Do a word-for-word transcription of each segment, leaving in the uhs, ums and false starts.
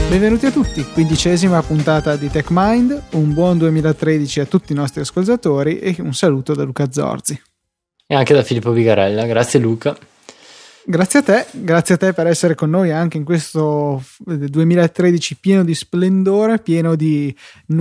Benvenuti a tutti, quindicesima puntata di TechMind, un buon duemilatredici a tutti i nostri ascoltatori e un saluto da Luca Zorzi. E anche da Filippo Vigarella, grazie Luca. Grazie a te, grazie a te per essere con noi anche in questo duemilatredici pieno di splendore, pieno di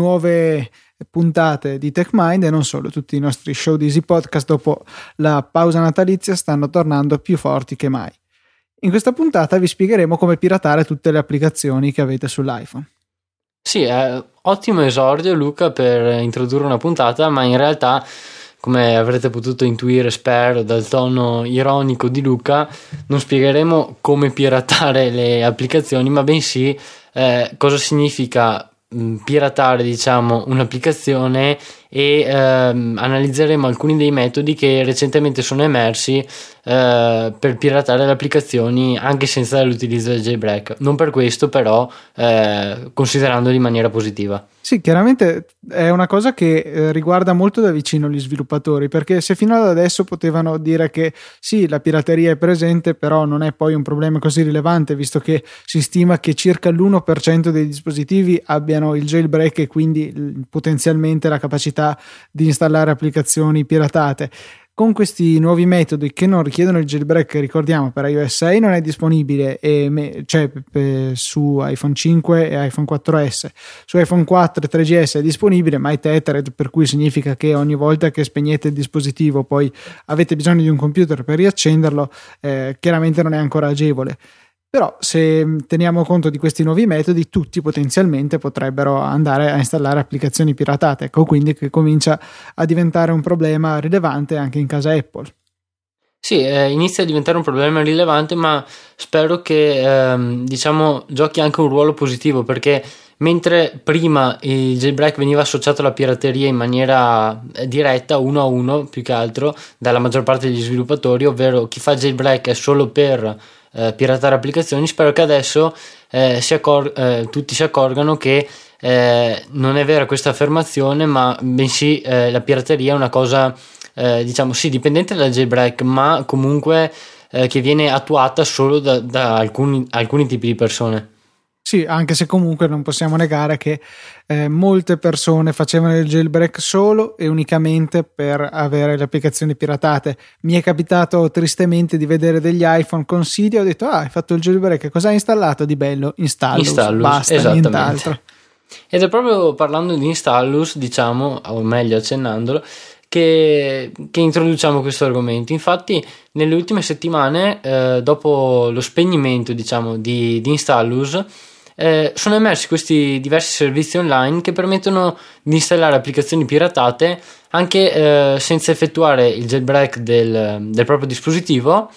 nuove puntate di TechMind e non solo, tutti i nostri show di Easy Podcast dopo la pausa natalizia stanno tornando più forti che mai. In questa puntata vi spiegheremo come piratare tutte le applicazioni che avete sull'iPhone. Sì, è ottimo esordio Luca per introdurre una puntata, ma in realtà, come avrete potuto intuire, spero, dal tono ironico di Luca, non spiegheremo come piratare le applicazioni, ma bensì eh, cosa significa mh, piratare, diciamo, un'applicazione e ehm, analizzeremo alcuni dei metodi che recentemente sono emersi eh, per piratare le applicazioni anche senza l'utilizzo del jailbreak. Non per questo però eh, considerandolo in maniera positiva. Sì, chiaramente è una cosa che eh, riguarda molto da vicino gli sviluppatori, perché se fino ad adesso potevano dire che sì, la pirateria è presente, però non è poi un problema così rilevante, visto che si stima che circa l'uno per cento dei dispositivi abbiano il jailbreak e quindi potenzialmente la capacità di installare applicazioni piratate. Con questi nuovi metodi che non richiedono il jailbreak, ricordiamo per iOS sei non è disponibile, e me, cioè pe, su iPhone cinque e iPhone quattro esse, su iPhone quattro e tre G S è disponibile, ma è tethered, per cui significa che ogni volta che spegnete il dispositivo poi avete bisogno di un computer per riaccenderlo, eh, chiaramente non è ancora agevole. Però se teniamo conto di questi nuovi metodi, tutti potenzialmente potrebbero andare a installare applicazioni piratate, ecco quindi che comincia a diventare un problema rilevante anche in casa Apple. Sì, eh, inizia a diventare un problema rilevante, ma spero che ehm, diciamo giochi anche un ruolo positivo, perché mentre prima il jailbreak veniva associato alla pirateria in maniera diretta, uno a uno più che altro, dalla maggior parte degli sviluppatori, ovvero chi fa jailbreak è solo per Eh, piratare applicazioni, spero che adesso eh, si accor- eh, tutti si accorgano che eh, non è vera questa affermazione, ma bensì eh, la pirateria è una cosa eh, diciamo sì dipendente dal jailbreak, ma comunque eh, che viene attuata solo da, da alcuni, alcuni tipi di persone. Sì, anche se comunque non possiamo negare che eh, molte persone facevano il jailbreak solo e unicamente per avere le applicazioni piratate. Mi è capitato tristemente di vedere degli iPhone con Cydia, ho detto ah, hai fatto il jailbreak, cosa hai installato di bello? Installus, Installus, basta, nient'altro. Ed è proprio parlando di Installus, diciamo, o meglio accennandolo, Che, che introduciamo questo argomento. Infatti nelle ultime settimane eh, dopo lo spegnimento diciamo di, di Installus eh, sono emersi questi diversi servizi online che permettono di installare applicazioni piratate anche eh, senza effettuare il jailbreak del, del proprio dispositivo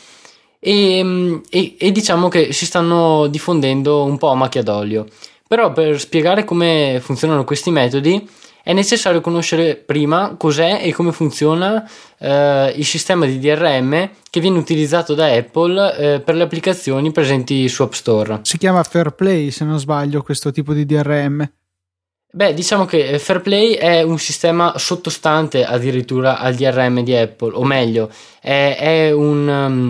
e, e, e diciamo che si stanno diffondendo un po' a macchia d'olio. Però per spiegare come funzionano questi metodi è necessario conoscere prima cos'è e come funziona eh, il sistema di D R M che viene utilizzato da Apple eh, per le applicazioni presenti su App Store. Si chiama Fairplay, se non sbaglio, questo tipo di D R M. Beh, diciamo che Fairplay è un sistema sottostante addirittura al D R M di Apple, o meglio, è, è un,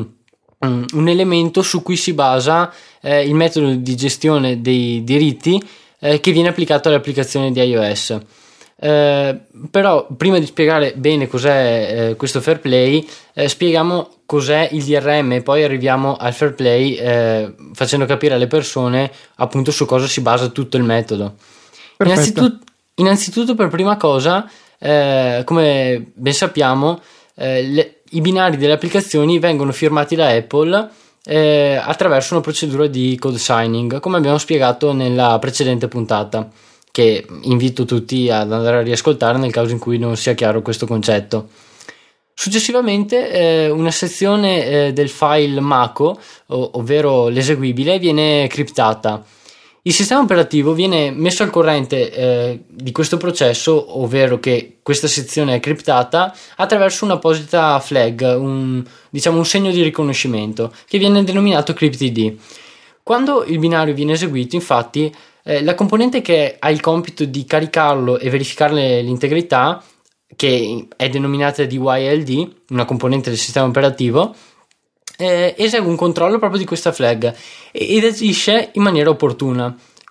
um, un elemento su cui si basa eh, il metodo di gestione dei diritti eh, che viene applicato alle applicazioni di iOS. Eh, però prima di spiegare bene cos'è eh, questo Fairplay eh, spieghiamo cos'è il D R M e poi arriviamo al Fairplay eh, facendo capire alle persone appunto su cosa si basa tutto il metodo. Innanzitutto, innanzitutto per prima cosa eh, come ben sappiamo eh, le, i binari delle applicazioni vengono firmati da Apple eh, attraverso una procedura di code signing, come abbiamo spiegato nella precedente puntata, che invito tutti ad andare a riascoltare nel caso in cui non sia chiaro questo concetto. Successivamente eh, una sezione eh, del file Mako, ov- ovvero l'eseguibile, viene criptata. Il sistema operativo viene messo al corrente eh, di questo processo, ovvero che questa sezione è criptata, attraverso un'apposita flag, un, diciamo un segno di riconoscimento, che viene denominato cryptid. Quando il binario viene eseguito, infatti, Eh, la componente che ha il compito di caricarlo e verificarne l'integrità, che è denominata D Y L D, una componente del sistema operativo, eh, esegue un controllo proprio di questa flag ed agisce in maniera opportuna.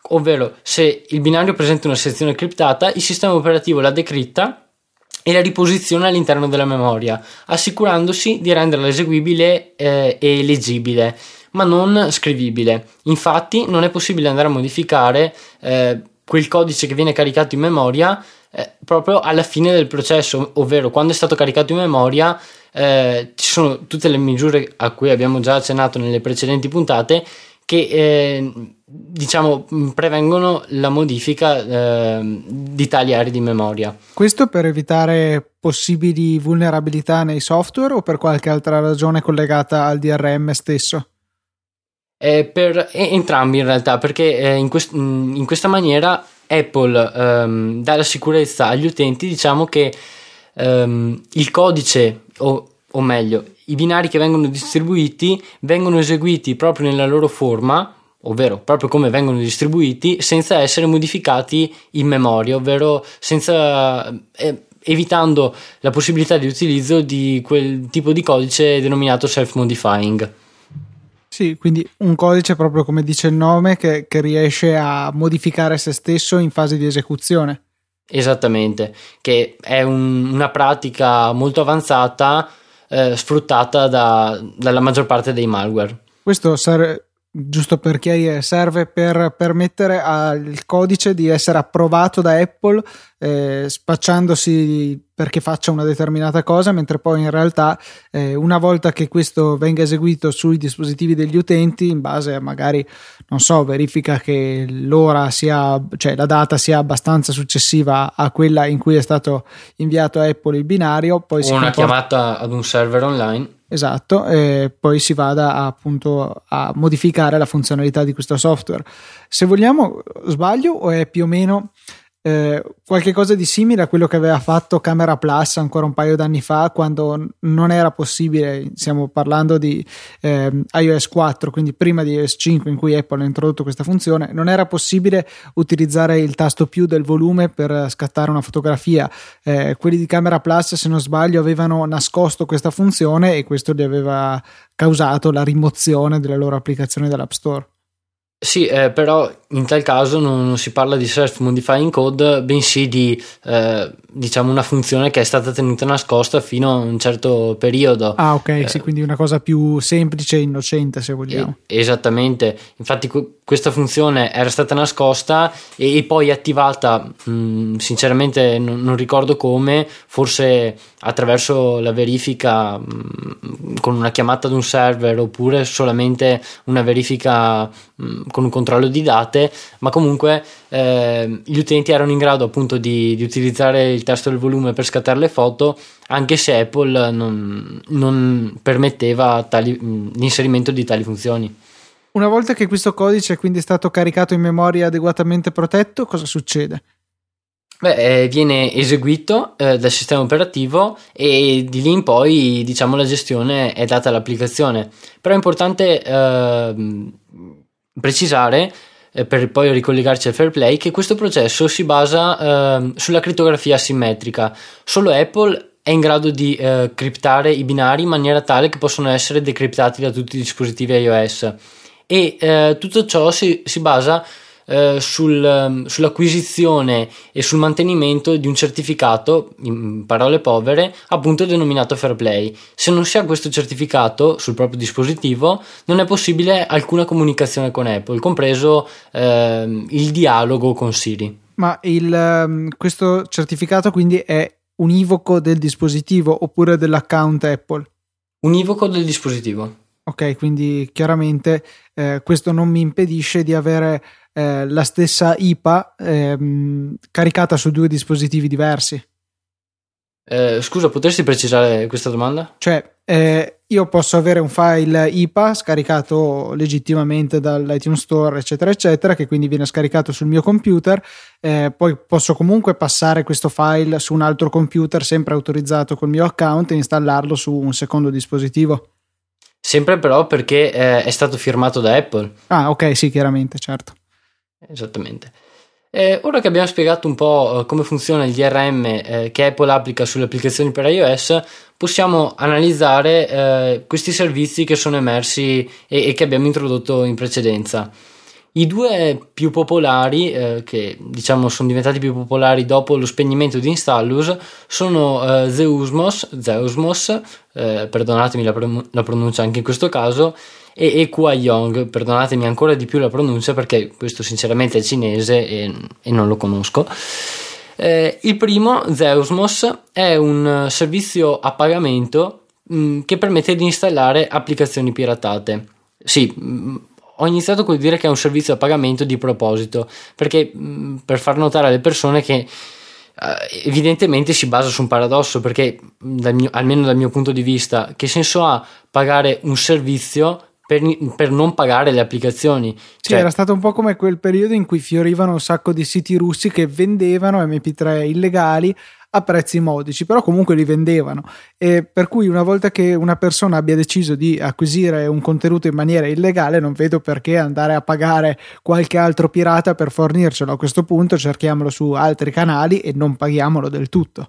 ovvero se il binario presenta una sezione criptata, il sistema operativo la decritta e la riposiziona all'interno della memoria, assicurandosi di renderla eseguibile eh, e leggibile, ma non scrivibile. Infatti non è possibile andare a modificare eh, quel codice che viene caricato in memoria eh, proprio alla fine del processo, ovvero quando è stato caricato in memoria eh, ci sono tutte le misure a cui abbiamo già accennato nelle precedenti puntate che eh, diciamo prevengono la modifica eh, di tali aree di memoria. Questo per evitare possibili vulnerabilità nei software o per qualche altra ragione collegata al D R M stesso? Eh, per entrambi in realtà, perché eh, in, quest- in questa maniera Apple ehm, dà la sicurezza agli utenti, diciamo che ehm, il codice o, o meglio i binari che vengono distribuiti vengono eseguiti proprio nella loro forma, ovvero proprio come vengono distribuiti, senza essere modificati in memoria, ovvero senza eh, evitando la possibilità di utilizzo di quel tipo di codice denominato self-modifying. Sì, quindi un codice proprio come dice il nome che, che riesce a modificare se stesso in fase di esecuzione. Esattamente, che è un, una pratica molto avanzata eh, sfruttata da, dalla maggior parte dei malware. Questo serve, giusto per chiarire, serve per permettere al codice di essere approvato da Apple eh, spacciandosi perché faccia una determinata cosa, mentre poi in realtà eh, una volta che questo venga eseguito sui dispositivi degli utenti, in base a magari, non so, verifica che l'ora sia, cioè la data sia abbastanza successiva a quella in cui è stato inviato a Apple il binario, poi o si una comporta... chiamata ad un server online. Esatto, e poi si vada a, appunto a modificare la funzionalità di questo software. Se vogliamo, sbaglio o è più o meno eh, qualche cosa di simile a quello che aveva fatto Camera Plus ancora un paio d'anni fa, quando non era possibile, stiamo parlando di eh, iOS quattro, quindi prima di iOS cinque, in cui Apple ha introdotto questa funzione, non era possibile utilizzare il tasto più del volume per scattare una fotografia. Eh, quelli di Camera Plus, se non sbaglio, avevano nascosto questa funzione e questo gli aveva causato la rimozione delle loro applicazioni dall'App Store. Sì, eh, però in tal caso non, non si parla di self-modifying code, bensì di eh, diciamo una funzione che è stata tenuta nascosta fino a un certo periodo. Ah, ok, eh, sì, quindi una cosa più semplice e innocente, se vogliamo. Eh, esattamente, infatti que- questa funzione era stata nascosta e, e poi attivata, mh, sinceramente non, non ricordo come, forse attraverso la verifica mh, con una chiamata ad un server oppure solamente una verifica mh, con un controllo di date, ma comunque eh, gli utenti erano in grado appunto di, di utilizzare il tasto del volume per scattare le foto, anche se Apple non, non permetteva tali, l'inserimento di tali funzioni. Una volta che questo codice quindi è stato caricato in memoria adeguatamente protetto, cosa succede? Beh, eh, viene eseguito eh, dal sistema operativo e di lì in poi diciamo la gestione è data all'applicazione, però è importante eh, precisare eh, per poi ricollegarci al fair play che questo processo si basa eh, sulla crittografia asimmetrica. Solo Apple è in grado di eh, criptare i binari in maniera tale che possono essere decriptati da tutti i dispositivi iOS e eh, tutto ciò si, si basa eh, sul, sull'acquisizione e sul mantenimento di un certificato, in parole povere, appunto denominato fair play. Se non si ha questo certificato sul proprio dispositivo non è possibile alcuna comunicazione con Apple, compreso eh, il dialogo con Siri. Ma il, questo certificato quindi è univoco del dispositivo oppure dell'account Apple? Univoco del dispositivo. Ok, quindi chiaramente eh, questo non mi impedisce di avere eh, la stessa I P A ehm, caricata su due dispositivi diversi. Eh, scusa, potresti precisare questa domanda? Cioè, eh, io posso avere un file I P A scaricato legittimamente dall'iTunes Store, eccetera, eccetera, che quindi viene scaricato sul mio computer, eh, poi posso comunque passare questo file su un altro computer, sempre autorizzato col mio account, e installarlo su un secondo dispositivo. Sempre però perché eh, è stato firmato da Apple. Ah, ok, sì, chiaramente, certo. Esattamente. Eh, ora che abbiamo spiegato un po' eh, come funziona il D R M eh, che Apple applica sulle applicazioni per iOS, possiamo analizzare eh, questi servizi che sono emersi e, e che abbiamo introdotto in precedenza. I due più popolari, eh, che diciamo sono diventati più popolari dopo lo spegnimento di Installus, sono eh, Zeusmos, Zeusmos eh, perdonatemi la, pro- la pronuncia anche in questo caso, e, e Kuayong, perdonatemi ancora di più la pronuncia perché questo sinceramente è cinese e, e non lo conosco. Eh, il primo, Zeusmos, è un servizio a pagamento mh, che permette di installare applicazioni piratate. Sì, mh, ho iniziato col dire che è un servizio a pagamento di proposito, perché mh, per far notare alle persone che uh, evidentemente si basa su un paradosso, perché dal mio, almeno dal mio punto di vista, che senso ha pagare un servizio per, per non pagare le applicazioni? Sì, cioè, era stato un po' come quel periodo in cui fiorivano un sacco di siti russi che vendevano emme pi tre illegali a prezzi modici, però comunque li vendevano, e per cui una volta che una persona abbia deciso di acquisire un contenuto in maniera illegale, non vedo perché andare a pagare qualche altro pirata per fornircelo. A questo punto cerchiamolo su altri canali e non paghiamolo del tutto.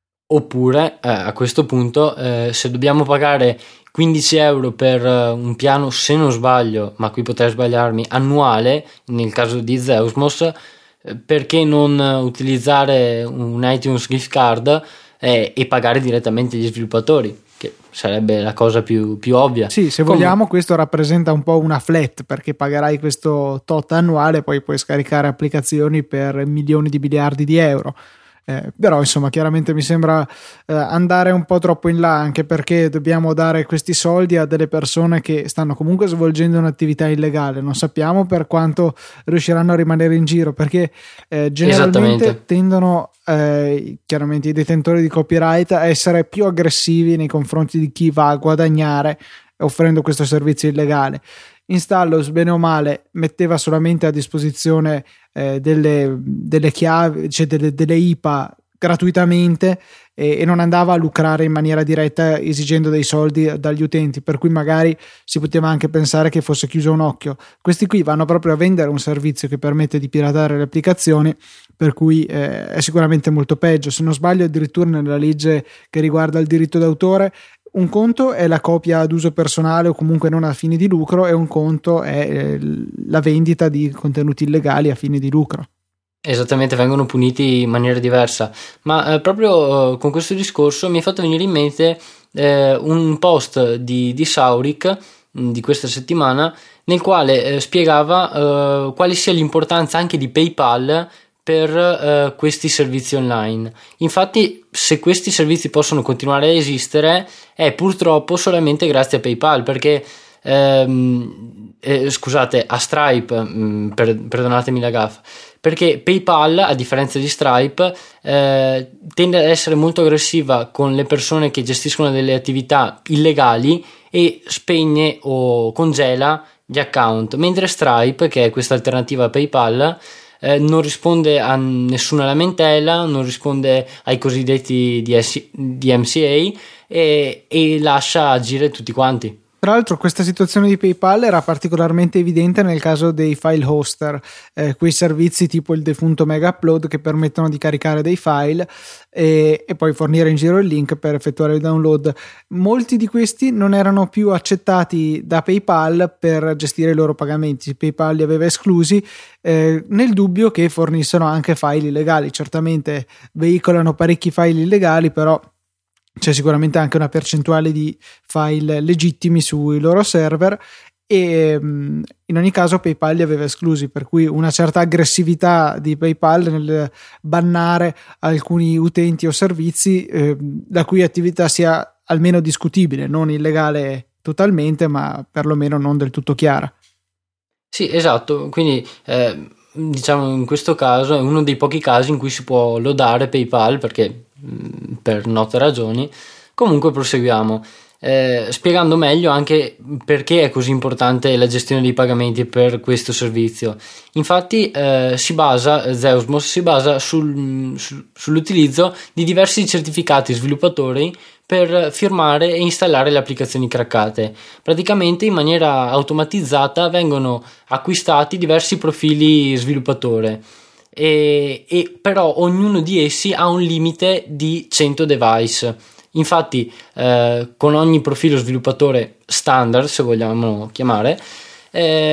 Oppure eh, a questo punto eh, se dobbiamo pagare quindici euro per uh, un piano, se non sbaglio, ma qui potrei sbagliarmi, annuale nel caso di Zeusmos, perché non utilizzare un iTunes gift card eh, e pagare direttamente gli sviluppatori, che sarebbe la cosa più, più ovvia. Sì, se Come... vogliamo questo rappresenta un po' una flat, perché pagherai questo tot annuale, poi puoi scaricare applicazioni per milioni di miliardi di euro. Eh, però insomma chiaramente mi sembra eh, andare un po' troppo in là, anche perché dobbiamo dare questi soldi a delle persone che stanno comunque svolgendo un'attività illegale. Non sappiamo per quanto riusciranno a rimanere in giro, perché eh, generalmente tendono eh, chiaramente i detentori di copyright a essere più aggressivi nei confronti di chi va a guadagnare offrendo questo servizio illegale. Installus, bene o male, metteva solamente a disposizione eh, delle, delle chiavi, cioè delle, delle I P A gratuitamente, e, e non andava a lucrare in maniera diretta esigendo dei soldi dagli utenti, per cui magari si poteva anche pensare che fosse chiuso un occhio. Questi qui vanno proprio a vendere un servizio che permette di piratare le applicazioni, per cui eh, è sicuramente molto peggio. Se non sbaglio, addirittura nella legge che riguarda il diritto d'autore, un conto è la copia ad uso personale o comunque non a fini di lucro, e un conto è eh, la vendita di contenuti illegali a fini di lucro. Esattamente, vengono puniti in maniera diversa. Ma eh, proprio eh, con questo discorso mi è fatto venire in mente eh, un post di, di Saurik mh, di questa settimana, nel quale eh, spiegava eh, quale sia l'importanza anche di PayPal per uh, questi servizi online. Infatti, se questi servizi possono continuare a esistere è purtroppo solamente grazie a PayPal, perché ehm, eh, scusate, a Stripe, mh, per, perdonatemi la gaffa, perché PayPal, a differenza di Stripe, eh, tende ad essere molto aggressiva con le persone che gestiscono delle attività illegali e spegne o congela gli account, mentre Stripe, che è questa alternativa a PayPal, Eh, non risponde a nessuna lamentela, non risponde ai cosiddetti D M C A e, e lascia agire tutti quanti. Tra l'altro questa situazione di PayPal era particolarmente evidente nel caso dei file hoster, eh, quei servizi tipo il defunto Mega Upload che permettono di caricare dei file e, e poi fornire in giro il link per effettuare il download. Molti di questi non erano più accettati da PayPal per gestire i loro pagamenti. PayPal li aveva esclusi eh, nel dubbio che fornissero anche file illegali. Certamente veicolano parecchi file illegali, però c'è sicuramente anche una percentuale di file legittimi sui loro server, e in ogni caso PayPal li aveva esclusi, per cui una certa aggressività di PayPal nel bannare alcuni utenti o servizi eh, la cui attività sia almeno discutibile, non illegale totalmente, ma perlomeno non del tutto chiara. Sì, esatto, quindi eh, diciamo in questo caso è uno dei pochi casi in cui si può lodare PayPal, perché per note ragioni. Comunque proseguiamo eh, spiegando meglio anche perché è così importante la gestione dei pagamenti per questo servizio. Infatti eh, si basa Zeusmos si basa sul, sul, sull'utilizzo di diversi certificati sviluppatori per firmare e installare le applicazioni craccate. Praticamente in maniera automatizzata vengono acquistati diversi profili sviluppatore. E, e però ognuno di essi ha un limite di cento device. Infatti eh, con ogni profilo sviluppatore standard, se vogliamo chiamare, eh,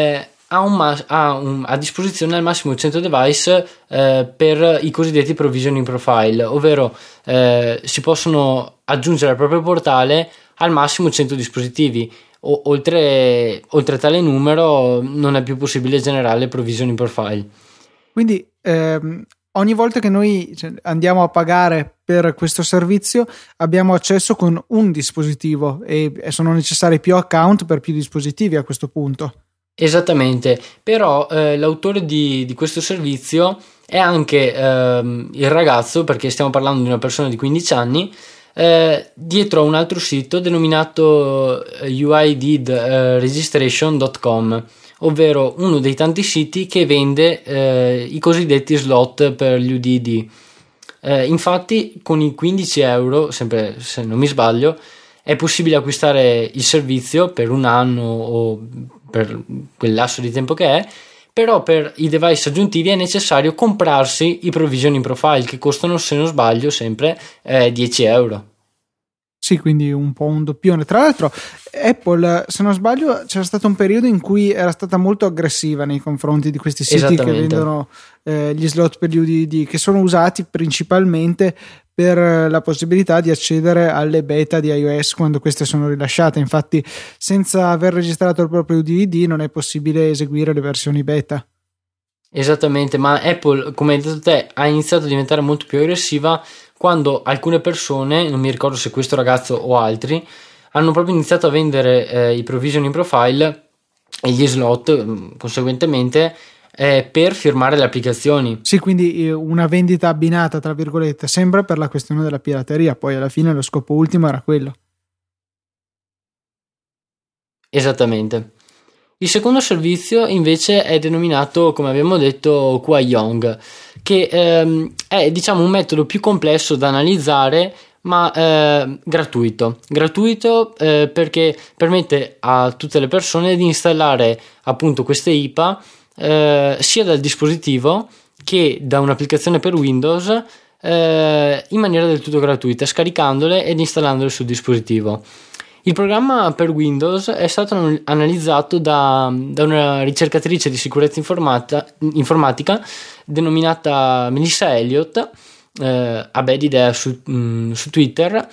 ha, un ma- ha un, a disposizione al massimo cento device eh, per i cosiddetti provisioning profile, ovvero eh, si possono aggiungere al proprio portale al massimo cento dispositivi. O, oltre, oltre tale numero non è più possibile generare provisioning profile. Quindi ehm, ogni volta che noi cioè, andiamo a pagare per questo servizio abbiamo accesso con un dispositivo e sono necessari più account per più dispositivi a questo punto. Esattamente, però eh, l'autore di, di questo servizio è anche ehm, il ragazzo, perché stiamo parlando di una persona di quindici anni, eh, dietro a un altro sito denominato U I D D registration punto com, ovvero uno dei tanti siti che vende eh, i cosiddetti slot per gli U D D. Eh, infatti con i quindici euro, sempre se non mi sbaglio, è possibile acquistare il servizio per un anno o per quel lasso di tempo che è, però per i device aggiuntivi è necessario comprarsi i provisioning profile, che costano, se non sbaglio, sempre eh, dieci euro. Sì, quindi un po' un doppione. Tra l'altro Apple, se non sbaglio, c'era stato un periodo in cui era stata molto aggressiva nei confronti di questi siti che vendono eh, gli slot per gli U D D, che sono usati principalmente per la possibilità di accedere alle beta di iOS quando queste sono rilasciate. Infatti, senza aver registrato il proprio U D D non è possibile eseguire le versioni beta. Esattamente, ma Apple, come hai detto te, ha iniziato a diventare molto più aggressiva quando alcune persone, non mi ricordo se questo ragazzo o altri, hanno proprio iniziato a vendere eh, i provisioning profile e gli slot conseguentemente eh, per firmare le applicazioni. Sì, quindi una vendita abbinata, tra virgolette, sempre per la questione della pirateria. Poi alla fine lo scopo ultimo era quello. Esattamente. Il secondo servizio invece è denominato, come abbiamo detto, Kwai-Yong, che ehm, è diciamo un metodo più complesso da analizzare, ma eh, gratuito. Gratuito eh, perché permette a tutte le persone di installare appunto queste I P A eh, sia dal dispositivo che da un'applicazione per Windows eh, in maniera del tutto gratuita, scaricandole ed installandole sul dispositivo. Il programma per Windows è stato analizzato da, da una ricercatrice di sicurezza informatica denominata Melissa Elliott, eh, a bad idea su, mh, su Twitter,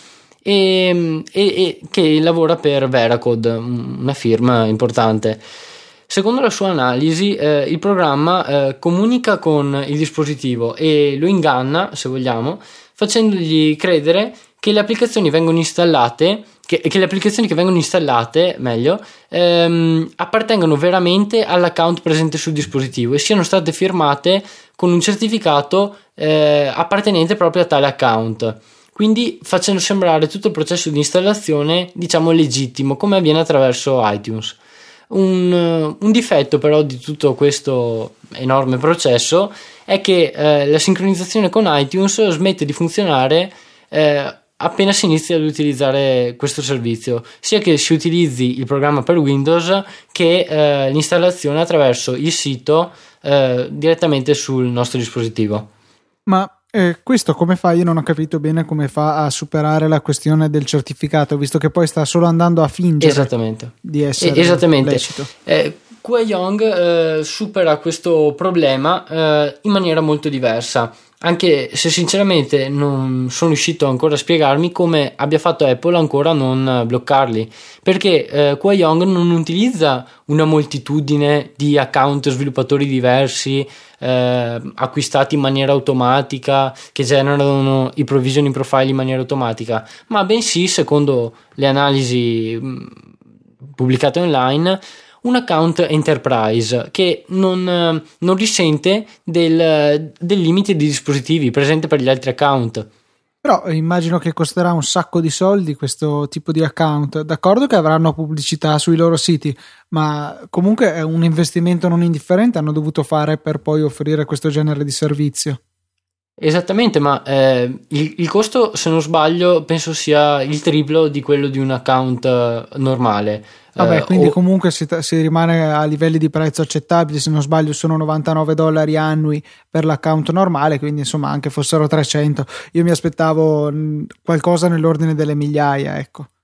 e, e, e che lavora per Veracode, una firma importante. Secondo la sua analisi, eh, il programma eh, comunica con il dispositivo e lo inganna, se vogliamo, facendogli credere che le applicazioni vengono installate Che, che le applicazioni che vengono installate, meglio, ehm, appartengono veramente all'account presente sul dispositivo e siano state firmate con un certificato eh, appartenente proprio a tale account, quindi facendo sembrare tutto il processo di installazione, diciamo, legittimo, come avviene attraverso iTunes. Un, un difetto però di tutto questo enorme processo è che eh, la sincronizzazione con iTunes smette di funzionare eh, appena si inizia ad utilizzare questo servizio, sia che si utilizzi il programma per Windows che eh, l'installazione attraverso il sito eh, direttamente sul nostro dispositivo. Ma eh, questo come fa? Io non ho capito bene come fa a superare la questione del certificato, visto che poi sta solo andando a fingere Esattamente. di essere Esattamente. lecito. Eh, Kwai-Yong eh, supera questo problema eh, in maniera molto diversa, anche se sinceramente non sono riuscito ancora a spiegarmi come abbia fatto Apple ancora a non bloccarli, perché eh, Kwai-Yong non utilizza una moltitudine di account sviluppatori diversi eh, acquistati in maniera automatica, che generano i provisioning profile in maniera automatica, ma bensì, secondo le analisi mh, pubblicate online, un account enterprise che non, non risente del, del limite di dispositivi presente per gli altri account. Però immagino che costerà un sacco di soldi questo tipo di account. D'accordo che avranno pubblicità sui loro siti, ma comunque è un investimento non indifferente hanno dovuto fare per poi offrire questo genere di servizio. Esattamente, ma eh, il, il costo, se non sbaglio, penso sia il triplo di quello di un account uh, normale. Vabbè, eh, quindi o... comunque si, si rimane a livelli di prezzo accettabili. Se non sbaglio sono novantanove dollari annui per l'account normale, quindi insomma anche fossero trecento io mi aspettavo mh, qualcosa nell'ordine delle migliaia, ecco.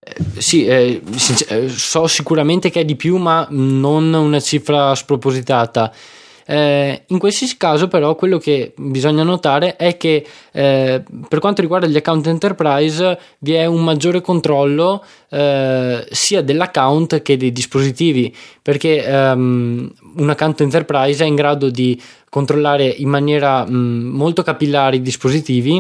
Sì, eh, so sicuramente che è di più, ma non una cifra spropositata. Eh, in qualsiasi caso, però, quello che bisogna notare è che eh, per quanto riguarda gli account enterprise vi è un maggiore controllo eh, sia dell'account che dei dispositivi, perché ehm, un account enterprise è in grado di controllare in maniera mh, molto capillare i dispositivi,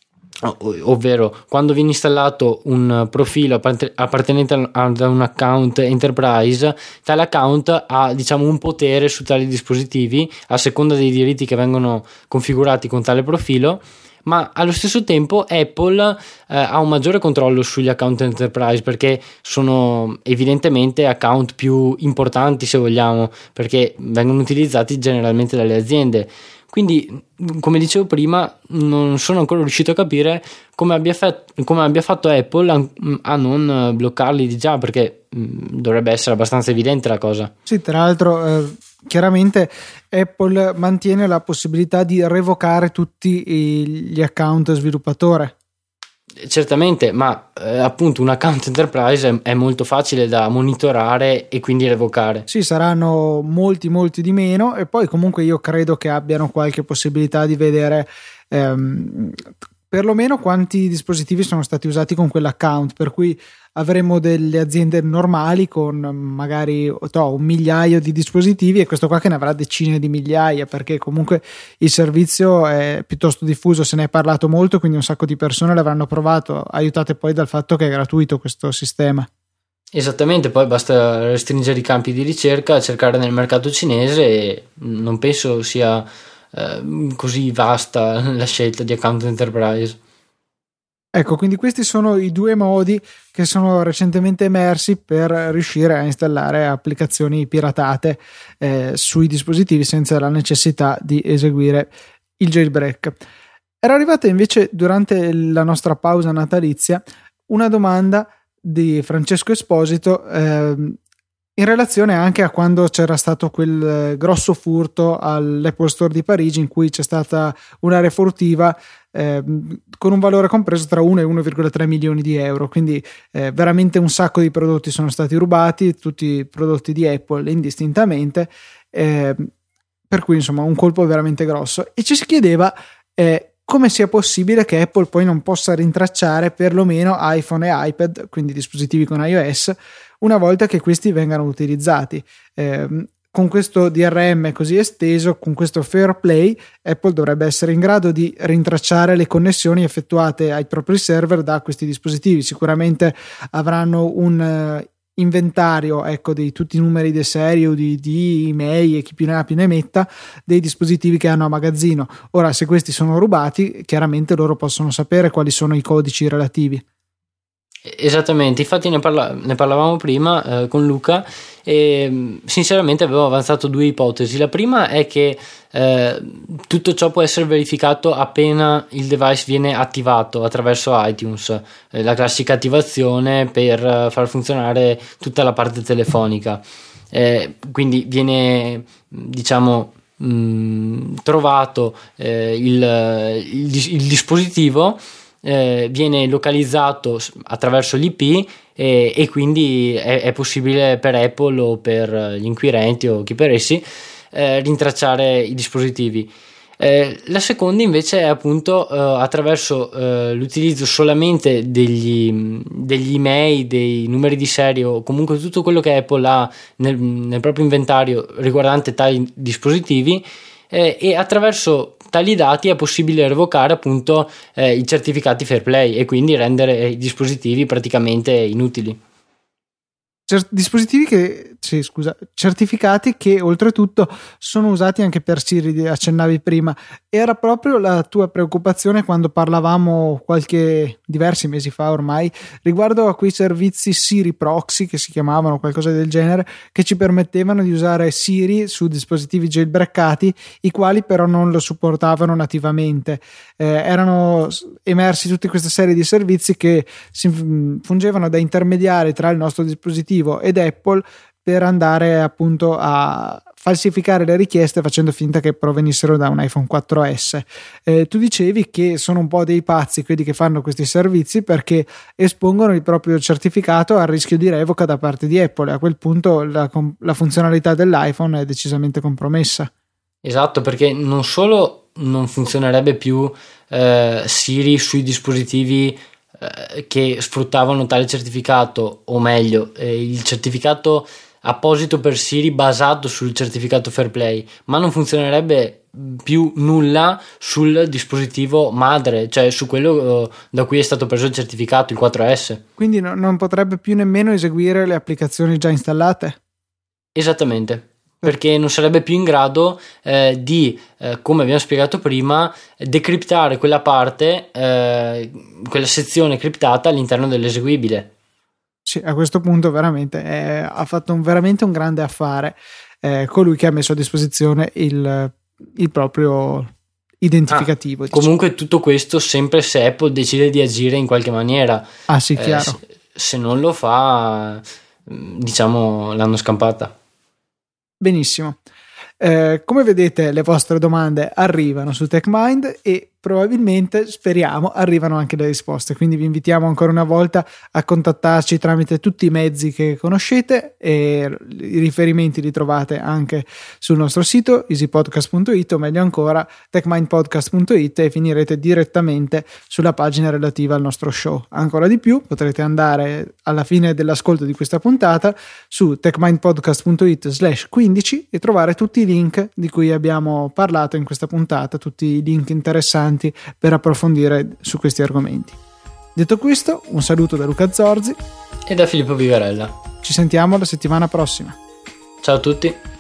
ovvero quando viene installato un profilo appartenente ad un account enterprise, tale account ha, diciamo, un potere su tali dispositivi a seconda dei diritti che vengono configurati con tale profilo, ma allo stesso tempo Apple eh, ha un maggiore controllo sugli account enterprise, perché sono evidentemente account più importanti, se vogliamo, perché vengono utilizzati generalmente dalle aziende. Quindi, come dicevo prima, non sono ancora riuscito a capire come abbia, fa- come abbia fatto Apple a, a non bloccarli di già, perché mh, dovrebbe essere abbastanza evidente la cosa. Sì, tra l'altro eh, chiaramente Apple mantiene la possibilità di revocare tutti gli account sviluppatore. Certamente, ma eh, appunto un account enterprise è, è molto facile da monitorare e quindi revocare. Sì, saranno molti molti di meno, e poi comunque io credo che abbiano qualche possibilità di vedere ehm, perlomeno quanti dispositivi sono stati usati con quell'account, per cui avremo delle aziende normali con magari no, un migliaio di dispositivi, e questo qua che ne avrà decine di migliaia, perché comunque il servizio è piuttosto diffuso, se ne è parlato molto, quindi un sacco di persone l'avranno provato, aiutate poi dal fatto che è gratuito questo sistema. Esattamente, poi basta restringere i campi di ricerca, cercare nel mercato cinese, e non penso sia eh, così vasta la scelta di account enterprise. Ecco, quindi questi sono i due modi che sono recentemente emersi per riuscire a installare applicazioni piratate eh, sui dispositivi senza la necessità di eseguire il jailbreak. Era arrivata invece durante la nostra pausa natalizia una domanda di Francesco Esposito eh, in relazione anche a quando c'era stato quel grosso furto all'Apple Store di Parigi, in cui c'è stata un'area furtiva eh, con un valore compreso tra uno e uno virgola tre milioni di euro, quindi eh, veramente un sacco di prodotti sono stati rubati, tutti prodotti di Apple indistintamente, eh, per cui insomma un colpo veramente grosso, e ci si chiedeva eh, come sia possibile che Apple poi non possa rintracciare perlomeno iPhone e iPad, quindi dispositivi con iOS, una volta che questi vengano utilizzati. Eh, con questo D R M così esteso, con questo Fair Play, Apple dovrebbe essere in grado di rintracciare le connessioni effettuate ai propri server da questi dispositivi. Sicuramente avranno un uh, inventario, ecco, di tutti i numeri di serie o di, di email, e chi più ne ha più ne metta, dei dispositivi che hanno a magazzino. Ora, se questi sono rubati, chiaramente loro possono sapere quali sono i codici relativi. Esattamente, infatti ne, parla- ne parlavamo prima eh, con Luca, e sinceramente avevo avanzato due ipotesi. La prima è che eh, tutto ciò può essere verificato appena il device viene attivato attraverso iTunes, eh, la classica attivazione per eh, far funzionare tutta la parte telefonica, eh, quindi viene, diciamo, mh, trovato eh, il, il, il dispositivo, Eh, viene localizzato attraverso l'I P, e, e quindi è, è possibile per Apple o per gli inquirenti o chi per essi eh, rintracciare i dispositivi. Eh, la seconda invece è appunto eh, attraverso eh, l'utilizzo solamente degli, degli email, dei numeri di serie, o comunque tutto quello che Apple ha nel, nel proprio inventario riguardante tali dispositivi, eh, e attraverso tali dati è possibile revocare appunto eh, i certificati Fair Play, e quindi rendere i dispositivi praticamente inutili. Cer- dispositivi che, sì, scusa, certificati che oltretutto sono usati anche per Siri, accennavi prima. Era proprio la tua preoccupazione quando parlavamo qualche diversi mesi fa ormai riguardo a quei servizi Siri Proxy, che si chiamavano qualcosa del genere, che ci permettevano di usare Siri su dispositivi jailbreakati, i quali però non lo supportavano nativamente. Eh, erano emersi tutte queste serie di servizi che si fungevano da intermediari tra il nostro dispositivo ed Apple per andare appunto a falsificare le richieste facendo finta che provenissero da un iPhone quattro S. Eh, tu dicevi che sono un po' dei pazzi quelli che fanno questi servizi perché espongono il proprio certificato al rischio di revoca da parte di Apple, e a quel punto la, la funzionalità dell'iPhone è decisamente compromessa. Esatto, perché non solo non funzionerebbe più eh, Siri sui dispositivi eh, che sfruttavano tale certificato, o meglio, eh, il certificato apposito per Siri basato sul certificato FairPlay, ma non funzionerebbe più nulla sul dispositivo madre, cioè su quello da cui è stato preso il certificato, il quattro S. Quindi no, non potrebbe più nemmeno eseguire le applicazioni già installate? Esattamente, perché non sarebbe più in grado eh, di, eh, come abbiamo spiegato prima, decriptare quella parte, eh, quella sezione criptata all'interno dell'eseguibile. Sì, a questo punto veramente è, ha fatto un, veramente un grande affare eh, colui che ha messo a disposizione il, il proprio identificativo. Ah, diciamo. Comunque tutto questo sempre se Apple decide di agire in qualche maniera. Ah sì, chiaro. Eh, se, se non lo fa, diciamo, l'hanno scampata. Benissimo. Eh, come vedete, le vostre domande arrivano su TechMind e probabilmente, speriamo, arrivano anche le risposte, quindi vi invitiamo ancora una volta a contattarci tramite tutti i mezzi che conoscete, e i riferimenti li trovate anche sul nostro sito easypodcast punto it, o meglio ancora techmindpodcast punto it, e finirete direttamente sulla pagina relativa al nostro show. Ancora di più, potrete andare alla fine dell'ascolto di questa puntata su techmindpodcast punto it slash quindici e trovare tutti i link di cui abbiamo parlato in questa puntata, tutti i link interessanti per approfondire su questi argomenti. Detto questo, un saluto da Luca Zorzi e da Filippo Vigarella. Ci sentiamo la settimana prossima. Ciao a tutti.